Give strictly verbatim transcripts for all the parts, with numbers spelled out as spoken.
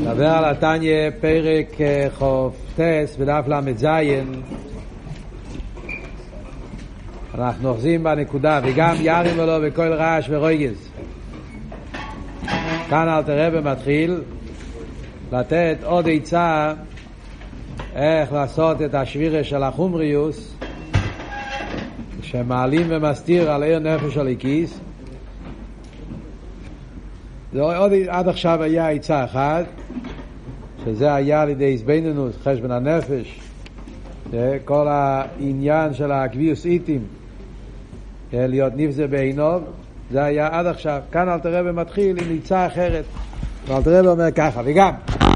נדבר על התניה פרק חופטס בדף למד זיין. אנחנו אוחזים בנקודה וגם ירים לו בכל רעש ורויגז. כאן אלתר רבי מתחיל לתת עוד עצה איך לעשות את השבירה של החומריוס שמעלים ומסתיר על עיר נפש הליקיס. עוד עד עכשיו היה עצה אחת שזה היה על ידי הסביננות חשבון הנפש, כל העניין של הקביוס איתים להיות נפזה בעינוב, זה היה עד עכשיו. כאן אלתר רבי מתחיל עם עצה אחרת, ואלתר רבי אומר ככה: וגם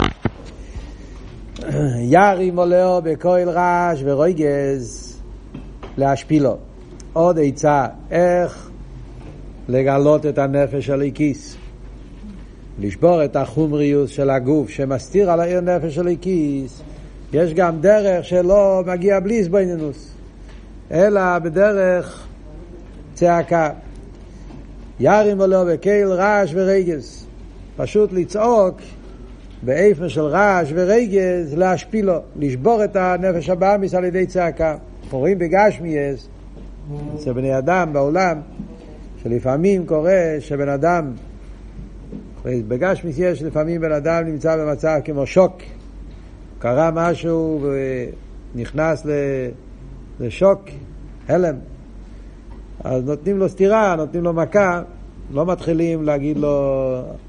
ירים עולהו בכל רעש ורויגז להשפילו. עוד עצה איך לגלות את הנפש הליקיס, לשבור את החומריוס של הגוף שמסתיר על העיר נפש הליקיס. יש גם דרך שלא מגיע בלי הסביננוס אלא בדרך צעקה. ירים עולהו בכל רעש ורגז, פשוט לצעוק באיפן של רעש ורגז, להשפילו, לשבור את הנפש הבאמיס על ידי צעקה. אנחנו רואים בגשמיאס אצל בני אדם בעולם שלפעמים קורה שבן אדם בגשמיאס יש לפעמים בן אדם נמצא במצב כמו שוק, קרה משהו ונכנס לשוק, הלם, אז נותנים לו סתירה, נותנים לו מכה, לא מתחילים להגיד לו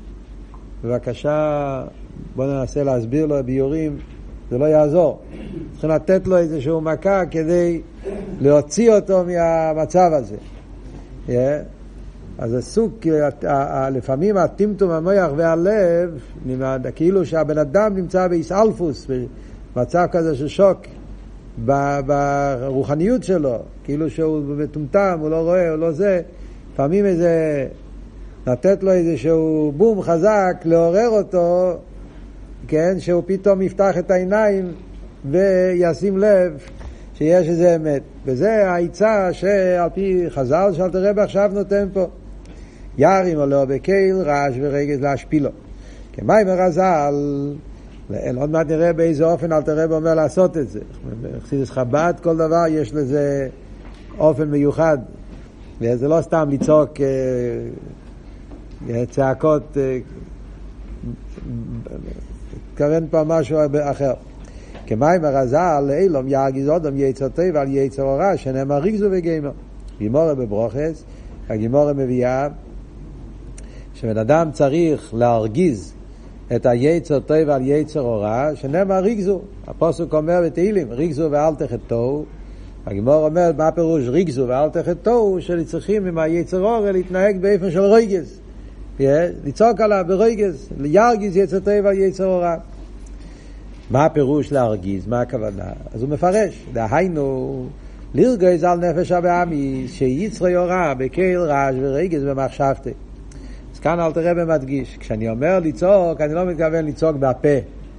בבקשה בוא ננסה להסביר לו ביורים, זה לא יעזור. צריכים לתת לו איזשהו מכה כדי להוציא אותו מהמצב הזה. yeah. אז הסוג, לפעמים הטמטום המוח והלב, כאילו שהבן אדם נמצא באיסאלפוס, במצב כזה של שוק, ברוחניות שלו, כאילו שהוא מטומטם, הוא לא רואה, הוא לא זה. לפעמים איזה, לתת לו איזשהו בום חזק, לעורר אותו, כן, שהוא פתאום יפתח את העיניים וישים לב שיש איזה אמת. וזה העצה שעל פי חז"ל שאלתר רבי עכשיו נותן פה. ירים עולהו בכל רעש ורגז להשפילו. כמאמר חז"ל, עוד מעט נראה באיזה אופן אלתר רבי אומר לעשות את זה. בחסידות חב"ד כל דבר יש לזה אופן מיוחד. וזה לא סתם לצעוק צעקות, התכוון פה משהו אחר. כמאמר חז"ל, אילום ירגיז אדם יצר טוב על יצר הרע, שנאמר ריגזו וגמר. גימורה בברוכס, הגימורה מביאה שבן אדם צריך להרגיז את היצר טוב על יצר הרע, שנאמר ריגזו. הפסוק אומר בתהילים, ריגזו ואל תחטאו. הגימורה אומר מה פירוש ריגזו ואל תחטאו, שצריכים עם היצר הרע להתנהג באופן של רויגז, לצעוק עליו ברויגז, ירגיז יצר טוב על יצר הרע. מה הפירוש להרגיז? מה הכוונה? אז הוא מפרש, דהיינו לרגז על נפש הבאמיס שיצר הרע בכל רעש ורגז במחשבתי. אז כאן אלתר רבי מדגיש, כשאני אומר לצעוק, אני לא מתכוון לצעוק בפה,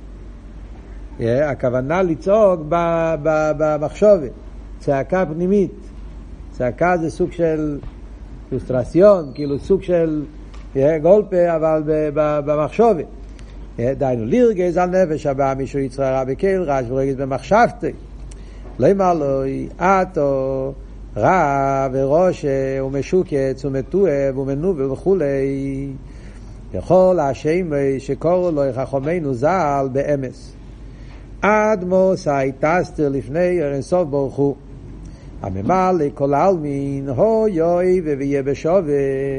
yeah, הכוונה לצעוק במחשבת, צעקה פנימית. צעקה זה סוג של פרוסטרציון, כאילו סוג של yeah, גולפה, אבל במחשבת. דיינו לרגז על נפש הבאמיס שיצר הרע בכל רעש ורגז במחשבתי. לא אמר לו, אתו רע וראשה ומשוקץ ומתואב ומנובל וכולי, יכול השם שקורו לו חכמינו ז"ל באמס עד מוסי תסתר לפני אינסוף ברוך הוא הממלא כל העלמין הו יוי ויהיה בשווה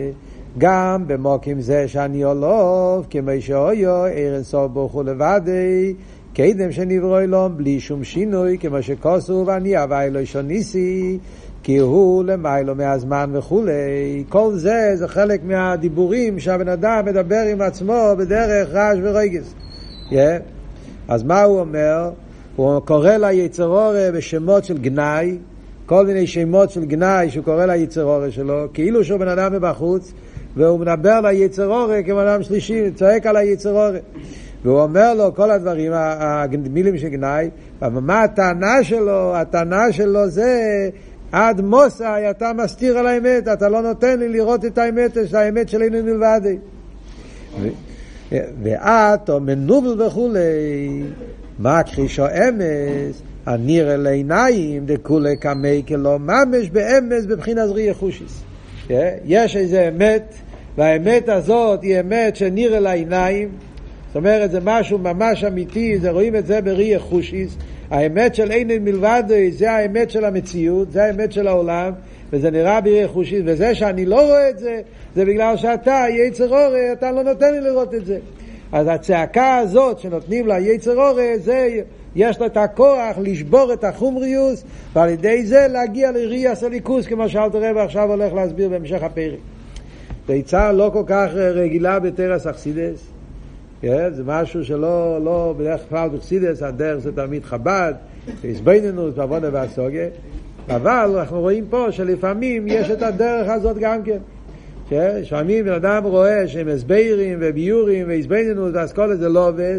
גם במוקים זה שאני עולוב כמו שאויו אינסוף ברוך הוא לבדי קדם שנברוא אלום בלי שום שינוי, כמו שכוסו ואני הווי לא שוניסי כי הוא למיילו מהזמן וכולי. כל זה זה חלק מהדיבורים שהבן אדם מדבר עם עצמו בדרך רעש ורגז. yeah. אז מה הוא אומר? הוא קורא ליצר הרע בשמות של גנאי, כל מיני שמות של גנאי שהוא קורא ליצר הרע שלו, כאילו שהוא בן אדם מבחוץ, והוא מדבר ליצר הרע כמו אדם שלישי, צועק על היצר הרע. והוא אומר לו כל הדברים, המילים של גנאי, ומה הטענה שלו? הטענה שלו זה עד מוסי אתה מסתיר על האמת, אתה לא נותן לי לראות את האמת, את האמת שלי נלבדי. ואת או מנובל וכולי, מה כחישו אמס, הנראה לעיניים דכולי כמי כלא ממש באמס בבחינת ראייה חושיס. יש איזה אמת, והאמת הזאת היא אמת שנראה לעיניים, זאת אומרת זה משהו ממש אמיתי, זה רואים את זה בראייה חושיס. האמת של אין מלבד זה האמת של המציאות, זה האמת של העולם, וזה נראה בראייה חושיס, וזה שאני לא רואה את זה, זה בגלל שאתה יצר אור, אתה לא נותן לי לראות את זה. אז הצעקה הזאת שנותנים לה יצר אור, זה יש לו את הכוח לשבור את החומריוס, ועל ידי זה להגיע לראייה סליקוס, כמו שאלת הרב עכשיו הולך להסביר בהמשך הפרק. זה יצר לא כל כך רגילה בתרס אכסידס, זה משהו שלא, לא, בדרך כלל בחסידס, הדרך זה תמיד חב"ד, הסביננות, בעבודה והסוגיה, אבל אנחנו רואים פה שלפעמים יש את הדרך הזאת גם כן. לפעמים אדם רואה שהם הסבירים וביורים והסביננות, אז כל זה לא עובד,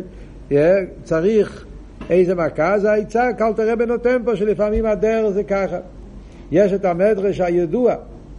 צריך איזה מכה, זה היצע, קלט הרב נותן פה שלפעמים הדרך זה ככה. יש את המדרש הידוע,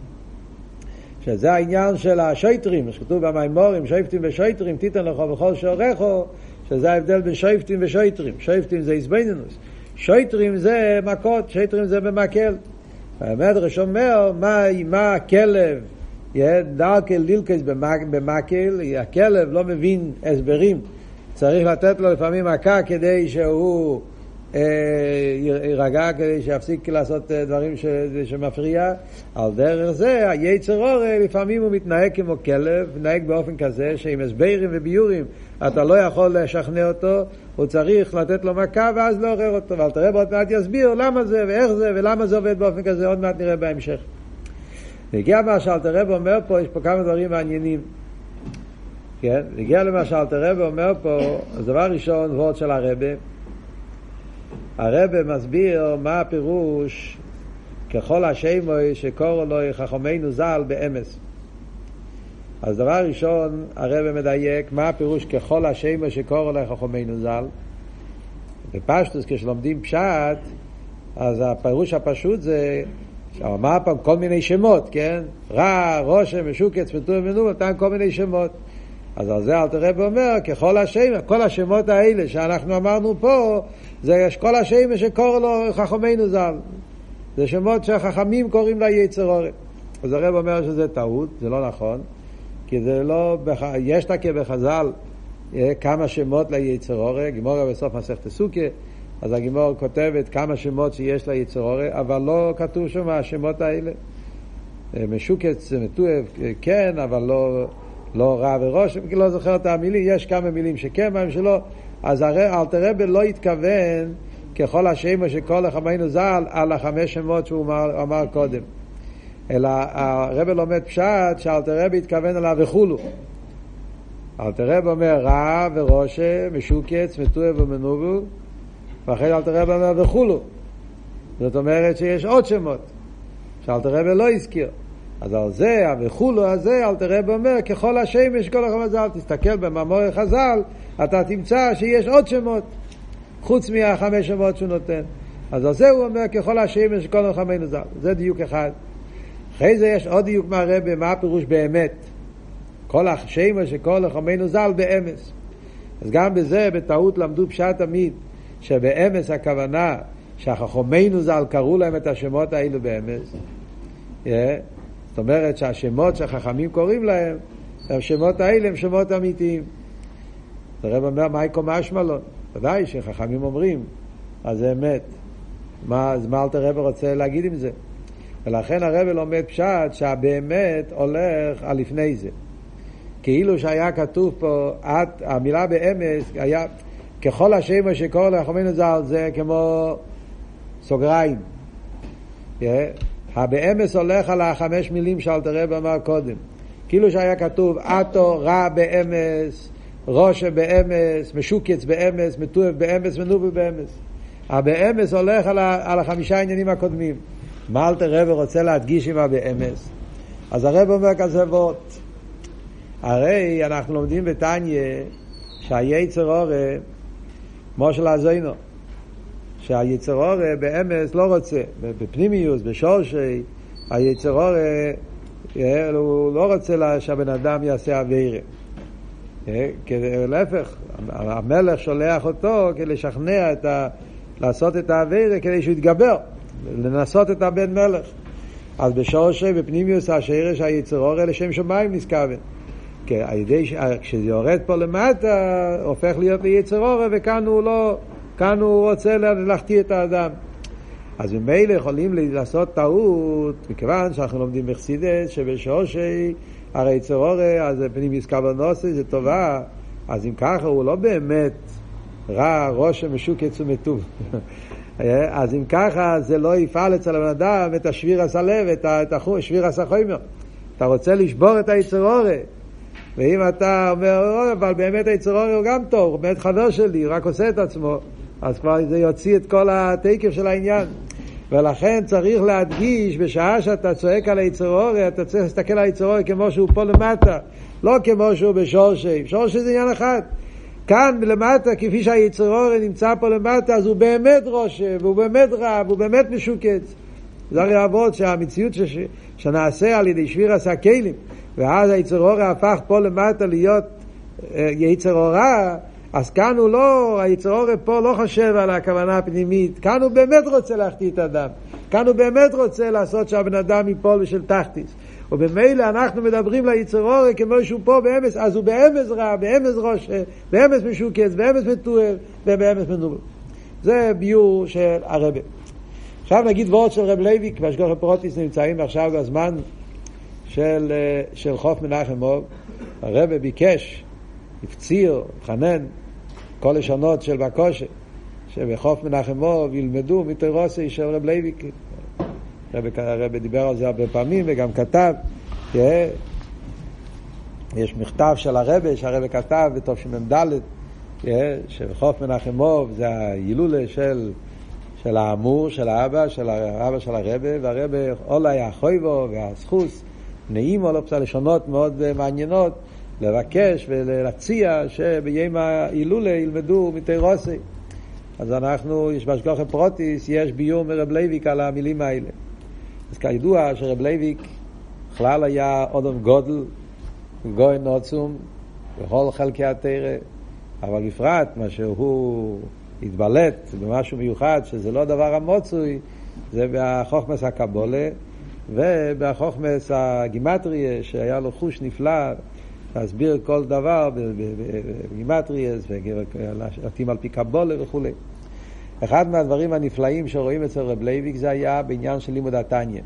שזה העניין של השויטרים, שכתוב במיימורים, שויפטים ושויטרים, תיתן לך בכל שעורכו, שזה ההבדל בין שויפטים ושויטרים. שויפטים זה הסבינינוס, שויטרים זה מכות, שויטרים זה במקל. המדרש אומר, מה, מה הכלב, דרכל לילקס במקל, הכלב לא מבין הסברים, צריך לתת לו לפעמים מכה כדי שהוא יירגע, כדי שיפסיק לעשות דברים שמפריע. על דרך זה היצר אור לפעמים הוא מתנהג כמו כלב, מתנהג באופן כזה שעם הסברים וביורים אתה לא יכול לשכנע אותו, הוא צריך לתת לו מכה ואז לא עורר אותו. אבל תראה עוד מעט יסביר למה זה ואיך זה ולמה זה עובד באופן כזה, עוד מעט נראה בהמשך. והגיע מה שאלת הרב אומר פה, יש פה כמה דברים מעניינים. כן? הגיע למה שאלת הרב אומר פה, אז דבר ראשון, וורד של הרב, הרב מסביר מה הפירוש ככל השמוי שקוראו לו חכמינו ז"ל באמס. אז דבר ראשון הרב מדייק מה הפירוש ככל השמוי שקוראו לו חכמינו ז"ל. בפשטוס כשלומדים פשט, אז הפירוש הפשוט זה מה פעם כל מיני שמות, כן? רע, רושם, משוקץ, פטור ומנוב, נתן כל מיני שמות. אז על זה אלתר רבי אומר, ככל השם, כל השמות האלה שאנחנו אמרנו פה, זה כל השם שקורא לו חכמינו ז"ל. זה שמות שהחכמים קוראים לה יצר אור. אז הרב אומר שזה טעות, זה לא נכון, כי זה לא, יש תקה בחז"ל כמה שמות ליצר אור, גמורה בסוף מסכת סוכה, אז הגמורה כותבת כמה שמות שיש ליצר אור, אבל לא כתוב שם השמות האלה. משוקץ, מתואב, כן, אבל לא... לא רע וראש, לא זוכר את המילים, יש כמה מילים שכן, מה שלא, אז אלתר רבי לא התכוון ככל השם שכל חכמינו ז"ל על החמש שמות שהוא אמר, אמר קודם, אלא הרבי לומד פשט שאלתר רבי התכוון עליו וכולו. אלתר רבי אומר רע וראש, משוקץ, מתואב ומנובל, ואחרי אלתר רבי אומר וכולו. זאת אומרת שיש עוד שמות שאלתר רבי לא הזכיר. אז על זה, וכולו הזה, אלתר רבי אומר, ככל השמש, כל החמש ז"ל, תסתכל במאמרי חז"ל, אתה תמצא שיש עוד שמות, חוץ מהחמש שמות שהוא נותן. אז על זה הוא אומר, ככל השמש, כל החמש ז"ל. זה דיוק אחד. אחרי זה יש עוד דיוק מהרבי, מה הפירוש באמת? כל השמש, כל החמש ז"ל באמס. אז גם בזה, בטעות למדו פשט תמיד, שבאמס הכוונה, שהחכמינו ז"ל קראו להם את השמות האלו באמס. Yeah. זאת אומרת שהשמות שהחכמים קוראים להם, השמות האלה הם שמות אמיתיים. הרב אומר, מה יקום משמלון? ודאי שחכמים אומרים, אז זה אמת. מה, אז מה אלתר רבי רוצה להגיד עם זה? ולכן הרב לומד פשט שהבאמת הולך על לפני זה. כאילו שהיה כתוב פה, את, המילה באמס, היה, ככל השם שקורא לחכמינו ז"ל, זה כמו סוגריים. Yeah. הבאמס הולך על החמש מילים שאלתר רבי אמר קודם. כאילו שהיה כתוב, אתו רע באמס, ראש באמס, משוקץ באמס, מתואב באמס, מנובל באמס. הבאמס הולך על, ה, על החמישה עניינים הקודמים. מה אלתר רבי רוצה להדגיש עם הבאמס? אז הרבי אומר כזה וורט. הרי אנחנו לומדים בתניא שהיצר אור מושל הזוינו. שהיצר אור באמס לא רוצה, בפנימיוס, בשורשי, היצר אור הוא לא רוצה שהבן אדם יעשה עבירה. להפך, המלך שולח אותו כדי לשכנע את ה... לעשות את העבירה כדי שהוא יתגבר, לנסות את הבן מלך. אז בשורשי בפנימיוס השרש היצר אור לשם שמיים נזכוון. כשזה יורד פה למטה הופך להיות ליצר אור, וכאן הוא לא, כאן הוא רוצה להחטיא את האדם. אז ממילא יכולים לעשות טעות, מכיוון שאנחנו לומדים בחסידות שבשורשי הרי יצר אור, אז פנימיוס כוונוסי זה טובה, אז אם ככה הוא לא באמת רע, ראש משוקץ ומטוב. אז אם ככה זה לא יפעל אצל הבן אדם את השביר הסלב, את השביר הסחוימר. אתה רוצה לשבור את היצר אור, ואם אתה אומר אבל באמת היצר אור הוא גם טוב, הוא באמת חבר שלי, הוא רק עושה את עצמו, אז כבר זה יוציא את כל התקף של העניין. ולכן צריך להדגיש בשעה שאתה צועק על היצר אור, אתה צריך להסתכל על היצר אור כמו שהוא פה למטה, לא כמו שהוא בשורשי. שורשי זה עניין אחד. כאן למטה, כפי שהיצר אור נמצא פה למטה, אז הוא באמת רושם, והוא באמת רע, והוא באמת משוקץ. זה הרי עבוד שהמציאות ש... שנעשה על ידי שביר הסקלים, ואז היצר אור הפך פה למטה להיות יצר אור רע, אז כאן הוא לא, היצר אור פה לא חושב על הכוונה הפנימית, כאן הוא באמת רוצה להחטיא את האדם, כאן הוא באמת רוצה לעשות שהבן אדם ייפול בשל תחתיס. ובמילא אנחנו מדברים ליצר אור כמו שהוא פה באמס, אז הוא באמס רע, באמס ראש, באמס משוקץ, באמס מתואר ובאמס מנובל. זה ביור של הרבי. עכשיו נגיד וורט של רב לייביק, בהשגוח הפרוטיס נמצאים עכשיו בזמן של, של חוף מנחם מוב. הרבי ביקש, הפציר, חנן, כל לשונות של בקושה, שבחוף מנחם מוב ילמדו מתרוסי של רב לייביק. הרבי דיבר על זה הרבה פעמים וגם כתב, יש מכתב של הרבי שהרבי כתב בתוף שממדלת, שחוף מנחם מוב זה ההילולה של של האמור, של האבא, של האבא של הרבי, והרבי אולי היה חויבו והסחוס נעים או לא פסה לשונות מאוד מעניינות לבקש ולהציע שביום ההילולה ילמדו מתרוסי. אז אנחנו, יש בהשגוח הפרוטיס, יש ביור מרב לייביק על המילים האלה. אז כידוע שרב לייביק בכלל היה אדם גודל, גוי נוצום, בכל חלקי התורה, אבל בפרט מה שהוא התבלט במשהו מיוחד, שזה לא דבר המוצוי, זה בחוכמס הקבולה, ובחוכמס הגימטריה, שהיה לו חוש נפלא, להסביר כל דבר בגימטריה, ולהתאים על פי קבולה וכו'. אחד מהדברים הנפלאים שרואים אצל רב לייביק זה היה בעניין של לימוד התניא.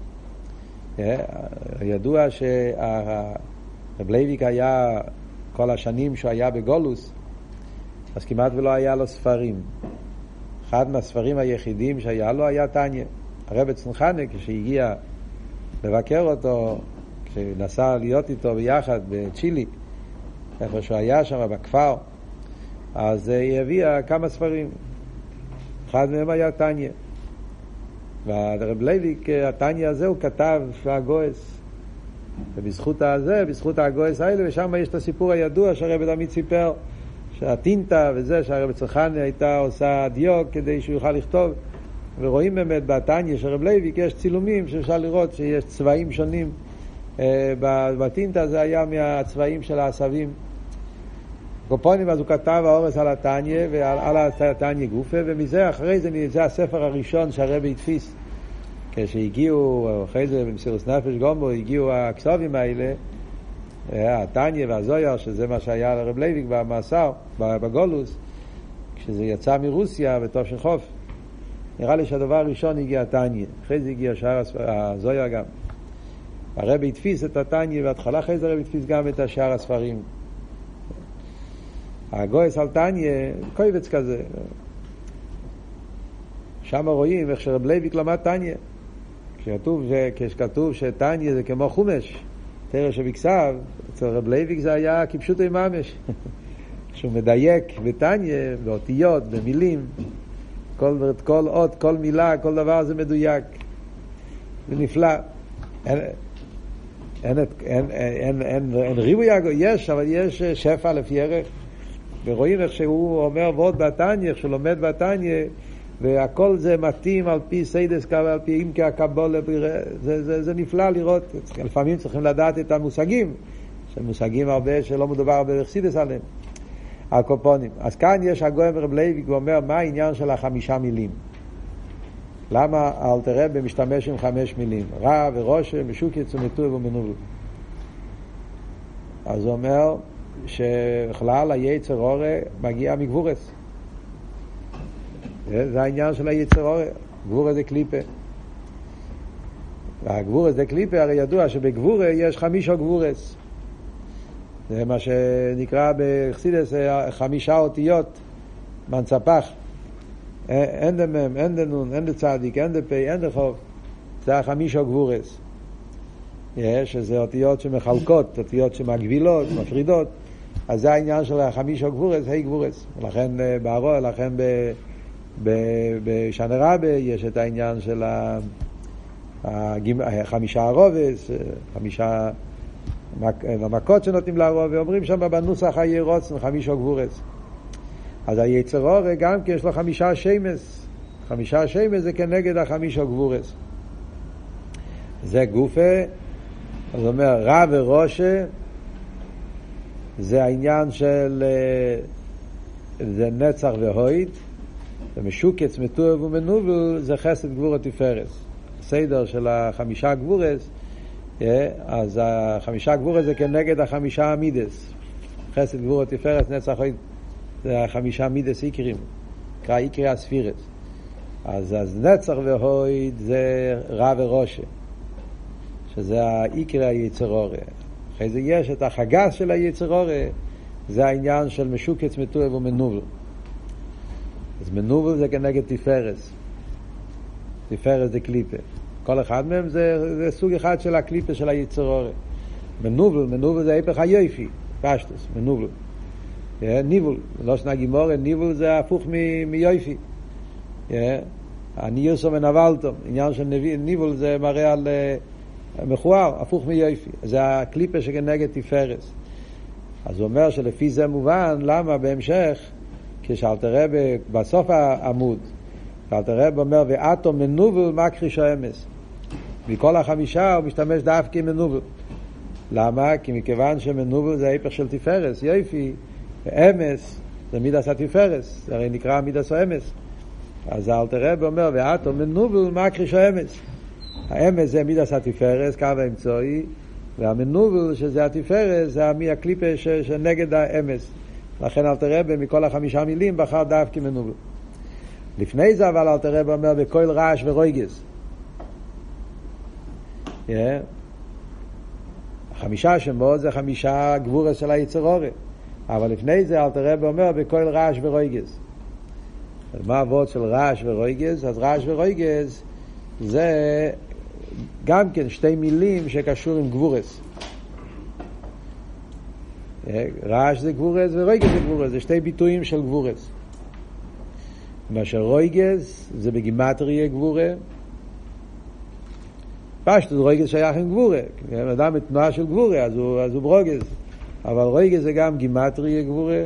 ידוע שרב לייביק היה כל השנים שהוא היה בגולוס, אז כמעט ולא היה לו ספרים. אחד מהספרים היחידים שהיה לו היה תניא. הרב צנחנה, כשהגיע לבקר אותו, כשנסע להיות איתו ביחד בצ'ילי, איפה שהוא היה שם בכפר, אז היא הביאה כמה ספרים. אחד מהם היה תניא. והרב לייביק, התניא הזה הוא כתב הגויס. ובזכות הזה, בזכות הגויס האלה, ושם יש את הסיפור הידוע שהרב תמיד סיפר, שהטינטה וזה, שהרב צנחנה הייתה עושה דיוק כדי שהוא יוכל לכתוב. ורואים באמת בתניא של רב לייביק יש צילומים שאפשר לראות שיש צבעים שונים. בטינטה זה היה מהצבעים של העשבים. קופונים, אז הוא כתב האורס על התניא ועל התניא גופה, ומזה אחרי זה, זה הספר הראשון שהרבי התפיס. כשהגיעו, אחרי זה במסירות נפש גומר, הגיעו הכסובים האלה, התניא והזויר, שזה מה שהיה לרב לייביק במאסר, בגולוס, כשזה יצא מרוסיה בתוף של חוף. נראה לי שהדבר הראשון הגיע התניא, אחרי זה הגיע שאר הזויר גם. הרבי התפיס את התניא, והתחלה אחרי זה הרבי התפיס גם את שאר הספרים. הגויס על תניא, קויבץ כזה. שם רואים איך שרב לייביק למד תניא. כשכתוב, כשכתוב שתניא זה כמו חומש, תרא שבכסב, אצל רב לייביק זה היה כפשוטו ממש. שהוא מדייק בתניא, באותיות, במילים, כל, כל אות, כל מילה, כל דבר זה מדויק. זה נפלא. אין, אין, אין, אין, אין, אין ריבוי, יש, אבל יש שפע לפי ערך. ורואים איך שהוא אומר ועוד בתניא, איך שהוא לומד בתניא, והכל זה מתאים על פי סיידס, על פי עמקי הקבולה, זה, זה, זה נפלא לראות. לפעמים צריכים לדעת את המושגים, שמושגים הרבה שלא מדובר בחסידות עליהם, הקופונים. אז כאן יש הגויים רב לוי, הוא אומר מה העניין של החמישה מילים, למה אלתר רבי משתמש עם חמש מילים, רע וראשה משוקץ ומטוב ומנוול. אז הוא אומר שבכלל היצר אורה מגיע מגבורס, זה העניין של היצר אורה. גבורה זה קליפה, והגבורה זה קליפה, הרי ידוע שבגבורה יש חמישה גבורס, זה מה שנקרא בחסידות חמישה אותיות מנצפח, אין דמם, אין דנון, אין דצדיק, אין דפי, אין דחוב, זה החמישה גבורס. יש איזה אותיות שמחלקות, אותיות שמגבילות, מפרידות, אז זה העניין של החמישה גבורס, היי גבורס. ולכן בערו, לכן בשנה רבה יש את העניין של החמישה הרובס, חמישה המכות שנותנים לרוב, ואומרים שם בנוסח הירוץ חמישה גבורס. אז היצר אורה גם כי יש לו חמישה שמס, חמישה שמס זה כנגד החמישה גבורס. זה גופה. אז אומר רע וראשה זה העניין של זה נצח והויד, ומשוקץ מטוב ומנובל זה חסד גבורה תפארס. הסדר של החמישה גבורס, אז החמישה גבורס זה כנגד החמישה מידס, חסד גבורה תפארס נצח והויד, זה החמישה מידס עיקרים, קרא עיקרי הספירס. אז, אז נצח והויד זה רע וראשה, שזה העיקר היצר אורה. אחרי זה יש את החגס של היצר אורה, זה העניין של משוקץ מטוב ומנובל. אז מנובל זה כנגד תפארס, תפארס זה קליפה, כל אחד מהם זה, זה סוג אחד של הקליפה של היצר אורה. מנובל, מנובל זה היפך היופי, פשטוס, מנובל. ניבול, לא שנה גימורה, ניבול זה הפוך מיופי. אני יוסו מנבלתו, עניין של ניבול זה מראה על מכוער, הפוך מיופי. זה הקליפה שכנגד תפארס. אז הוא אומר שלפי זה מובן למה בהמשך, כשאלתר רבי בסוף העמוד, אלתר רבי אומר ואתו מנובל מקריש האמס, מכל החמישה הוא משתמש דווקא מנובל. למה? כי מכיוון שמנובל זה ההפך של תפארס, יופי, אמס זה מידס התפארס, זה הרי נקרא מידס האמס. אז אלתר רבי אומר ואתו מנובל מקריש האמס, האמס זה מידס התפארס, קו האמצעי, והמנובל שזה התפארס זה המי הקליפה שנגד האמס. לכן אלתר רבי מכל החמישה מילים בחר דווקא מנובל. לפני זה אבל אלתר רבי אומר בכל רעש ורויגס, yeah. חמישה שמות זה חמישה גבורס של היצר אורה, אבל לפני זה אלתר רבי אומר בכל רעש ורויגס. מה העבוד של רעש ורויגס? אז רעש ורויגס זה גם כן שתי מילים שקשור עם גבורס. רעש זה גבורס ורויגס זה גבורס, זה שתי ביטויים של גבורס. מה שרויגס זה בגימטריה גבורה, פשטות רויגס שייך עם גבורה, אדם בתנועה של גבורה אז הוא, אז הוא ברוגס, אבל רויגס זה גם גימטריה גבורה.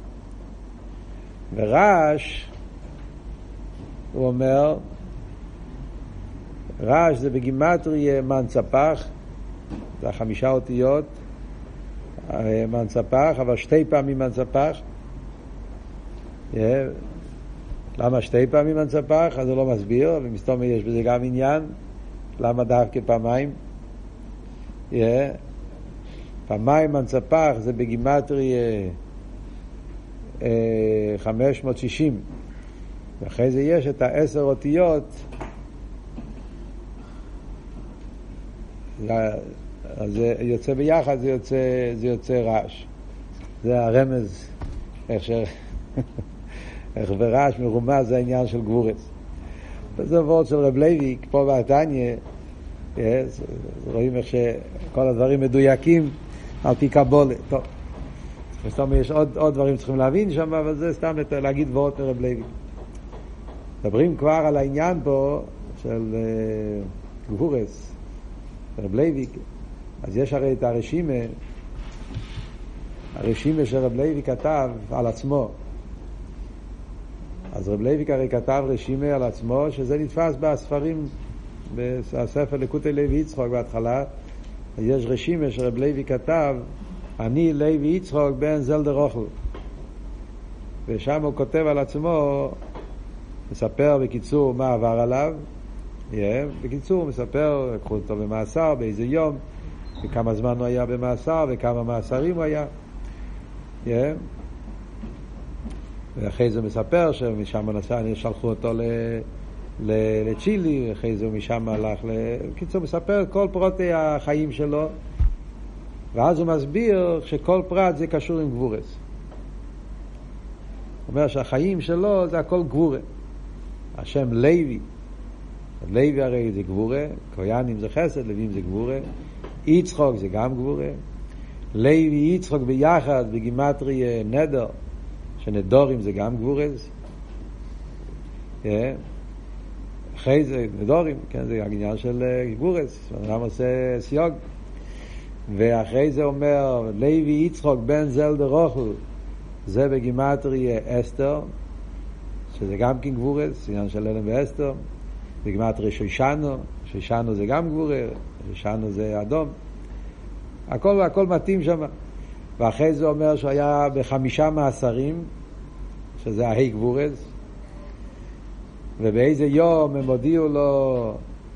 ורעש הוא אומר רעש זה בגימטריה מנצפח, זה החמישה אותיות מנצפח, אבל שתי פעמים מנצפח. yeah. למה שתי פעמים מנצפח? אז הוא לא מסביר, ומסתום יש בזה גם עניין למה דווקא פעמיים. yeah. פעמיים מנצפח זה בגימטריה אה, חמש מאות שישים, ואחרי זה יש את העשר אותיות, אז זה יוצא ביחד, זה יוצא, זה יוצא רעש. זה הרמז, איך ש... איך ברעש מרומז זה העניין של גבורס. וזה וורד של רב לוי, פה בעתניה, רואים איך שכל הדברים מדויקים על פי קבולה. טוב, בסתום יש עוד, עוד דברים צריכים להבין שם, אבל זה סתם להגיד וורד מרב לוי. מדברים כבר על העניין פה של uh, גבורס, רב לוי. אז יש הרי את הרשימה, הרשימה שרב לוי כתב על עצמו. אז רב לוי הרי כתב רשימה על עצמו, שזה נתפס בספרים, בספר לקוטי לוי יצחק בהתחלה. יש רשימה שרב לוי כתב אני לוי יצחוק בן זלדר אוכל. ושם הוא כותב על עצמו, מספר בקיצור מה עבר עליו, yeah, בקיצור מספר, לקחו אותו במאסר, באיזה יום, וכמה זמן הוא היה במאסר, וכמה מאסרים הוא היה. Yeah. ואחרי זה מספר שמשם נסע, שלחו אותו ל... לצ'ילי, אחרי זה הוא משם הלך, בקיצור מספר כל פרוטי החיים שלו, ואז הוא מסביר שכל פרט זה קשור עם גבורס. הוא אומר שהחיים שלו זה הכל גבורה. השם לוי, לוי הרי זה גבורה, קויאנים זה חסד, לווים זה גבורה, יצחוק זה גם גבורה, לוי יצחוק ביחד בגימטרי נדר, שנדורים זה גם גבורס. אחרי זה נדורים, כן, זה העניין של גבורס, אדם עושה סיוג. ואחרי זה אומר לוי יצחוק בן זלדר אוכל, זה בגימטרי אסתר, שזה גם כן גבורס, עניין של אלם ואסתר. בגימטרי שוישנו, שוישנו זה גם גבורה, שוישנו זה אדום. הכל, הכל מתאים שם. ואחרי זה אומר שהוא היה בחמישה מאסרים, שזה ההי גבורס, ובאיזה יום הם הודיעו לו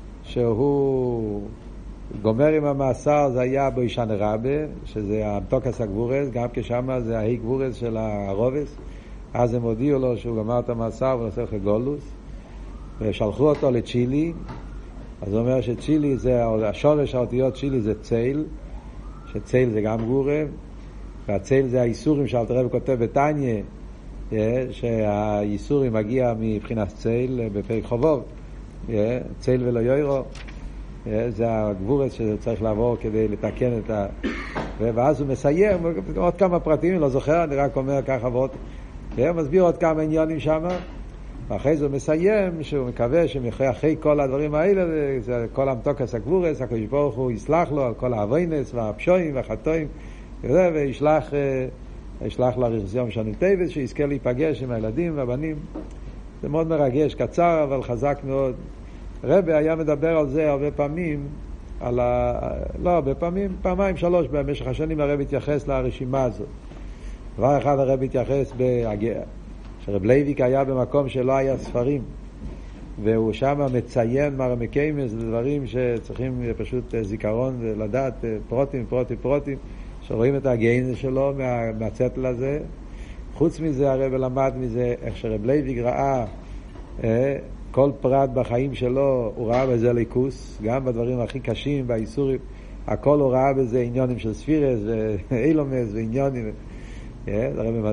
שהוא גומר עם המאסר, זה היה באישן רבה, שזה המתוקס הגבורס, גם כשם זה ההי גבורס של הרובס. אז הם הודיעו לו שהוא גמר את המאסר ונושא לך גולוס, ושלחו אותו לצ'ילי. אז הוא אומר שצ'ילי זה, השורש האותיות צ'ילי זה צייל, שצייל זה גם גבורה, והצייל זה האיסורים שאלתר רבי כותב בתניא, שהאיסורים מגיע מבחינת צייל בפרק חובוב, צייל ולא יוירו, זה הגבורס שצריך לעבור כדי לתקן את ה... ואז הוא מסיים עוד כמה פרטים, לא זוכר, אני רק אומר ככה ועוד, מסביר עוד כמה עניונים שם, ואחרי זה הוא מסיים שהוא מקווה שאחרי כל הדברים האלה, כל המתוקס הגבורס, הקדוש ברוך הוא יסלח לו על כל העוונס והפשועים והחטאים, וישלח ישלח לרחזיון שני טייבס, שיזכה להיפגש עם הילדים והבנים. זה מאוד מרגש, קצר אבל חזק מאוד. רבי היה מדבר על זה הרבה פעמים, על ה... לא הרבה פעמים, פעמיים שלוש במשך השנים הרבי התייחס לרשימה הזאת. דבר אחד הרבי התייחס בהגעה, שרב לייביק היה במקום שלא היה ספרים, והוא שם מציין מרמקיימס, דברים שצריכים פשוט זיכרון ולדעת פרוטים, פרוטים, פרוטים, שרואים את הגאין שלו מה, מהצטל הזה. חוץ מזה הרב למד מזה איך שרב לייביק ראה אה, כל פרט בחיים שלו, הוא ראה בזה ליכוס, גם בדברים הכי קשים, באיסורים, הכל הוא ראה בזה עניונים של ספירס ואילומס ועניונים, אה,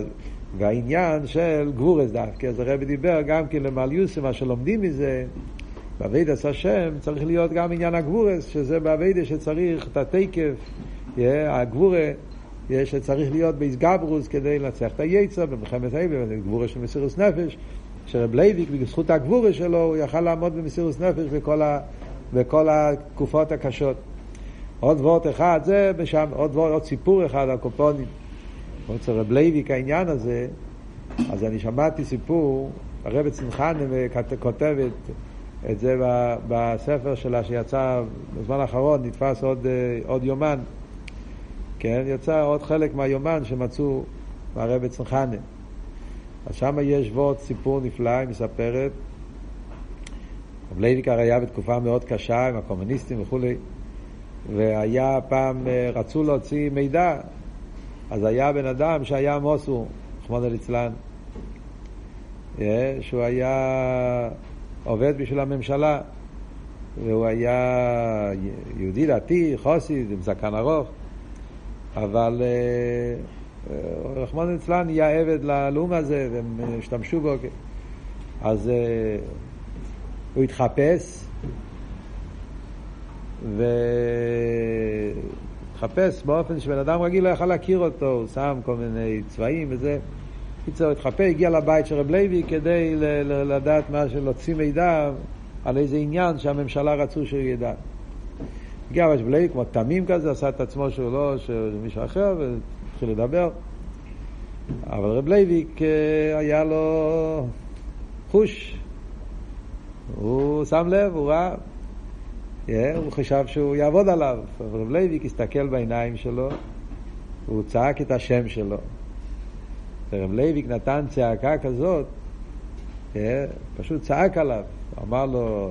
והעניין של גבורס דווקא, אז הרב דיבר גם כן למעליוס, מה שלומדים מזה, בעבודת השם צריך להיות גם עניין הגבורס, שזה בעבודה שצריך את התקף, הגבורה שצריך להיות בהסגברוס כדי לנצח את היצר במלחמת האבל, גבורה של מסירות נפש, שרב לייביק בזכות הגבורה שלו הוא יכל לעמוד במסירות נפש בכל, ה, בכל התקופות הקשות. עוד וורט אחד זה בשם, עוד וורט, עוד סיפור אחד על קופונים, עוד רב לייביק העניין הזה. אז אני שמעתי סיפור, הרב צנחן כותב את, את זה בספר שלה שיצא בזמן האחרון, נתפס עוד, עוד יומן, כן, יצא עוד חלק מהיומן שמצאו מהרב צנחנה. אז שם יש וורט סיפור נפלא, היא מספרת. רב לייביק היה בתקופה מאוד קשה עם הקומוניסטים וכו', והיה פעם, רצו להוציא מידע, אז היה בן אדם שהיה מוסו, חמוד אליצלן, שהוא היה עובד בשביל הממשלה, והוא היה יהודי דתי, חוסיד, עם זקן ארוך, אבל רחמנא ליצלן נהיה עבד ללאום הזה והם השתמשו בו. אז הוא התחפש והתחפש באופן שבן אדם רגיל לא יכל להכיר אותו, הוא שם כל מיני צבעים וזה. קיצור, התחפש, הגיע לבית של רב לייביק כדי לדעת מה, להוציא מידע על איזה עניין שהממשלה רצו שהוא ידע. הגיע רב לייביק כמו תמים כזה, עשה את עצמו שהוא לא, שהוא מישהו אחר, והתחיל לדבר. אבל רב לייביק היה לו חוש, הוא שם לב, הוא ראה, הוא חשב שהוא יעבוד עליו. אבל רב לייביק הסתכל בעיניים שלו הוא צעק את השם שלו. רב לייביק נתן צעקה כזאת, פשוט צעק עליו, אמר לו,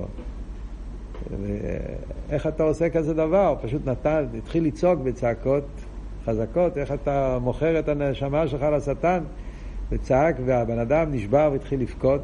איך אתה עושה כזה דבר? פשוט נתן, התחיל לצעוק בצעקות חזקות, איך אתה מוכר את הנשמה שלך לשטן? וצעק, והבן אדם נשבר והתחיל לבכות.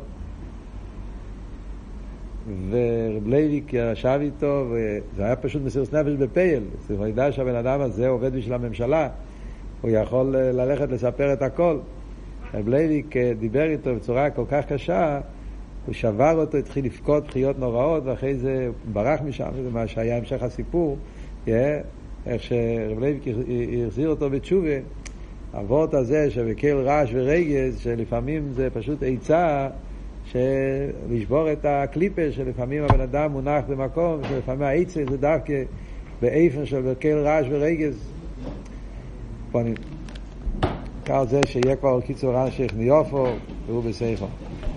ורב לייביק ישב איתו, וזה היה פשוט מסירות נפש בפייל. הוא ידע שהבן אדם הזה עובד בשביל הממשלה, הוא יכול ללכת לספר את הכל. רב לייביק דיבר איתו בצורה כל כך קשה, הוא שבר אותו, התחיל לבכות בחיות נוראות, ואחרי זה הוא ברח משם. זה מה שהיה המשך הסיפור, איך שרב לייביק החזיר אותו בתשובה. העבוד הזה שבקל רעש ורגז, שלפעמים זה פשוט עיצה לשבור את הקליפה, שלפעמים הבן אדם מונח במקום, שלפעמים העיצה זה דווקא באיפן של בקל רעש ורגז. פה אני קרא זה שיהיה כבר קיצור רעש שכניופו והוא בסייכו.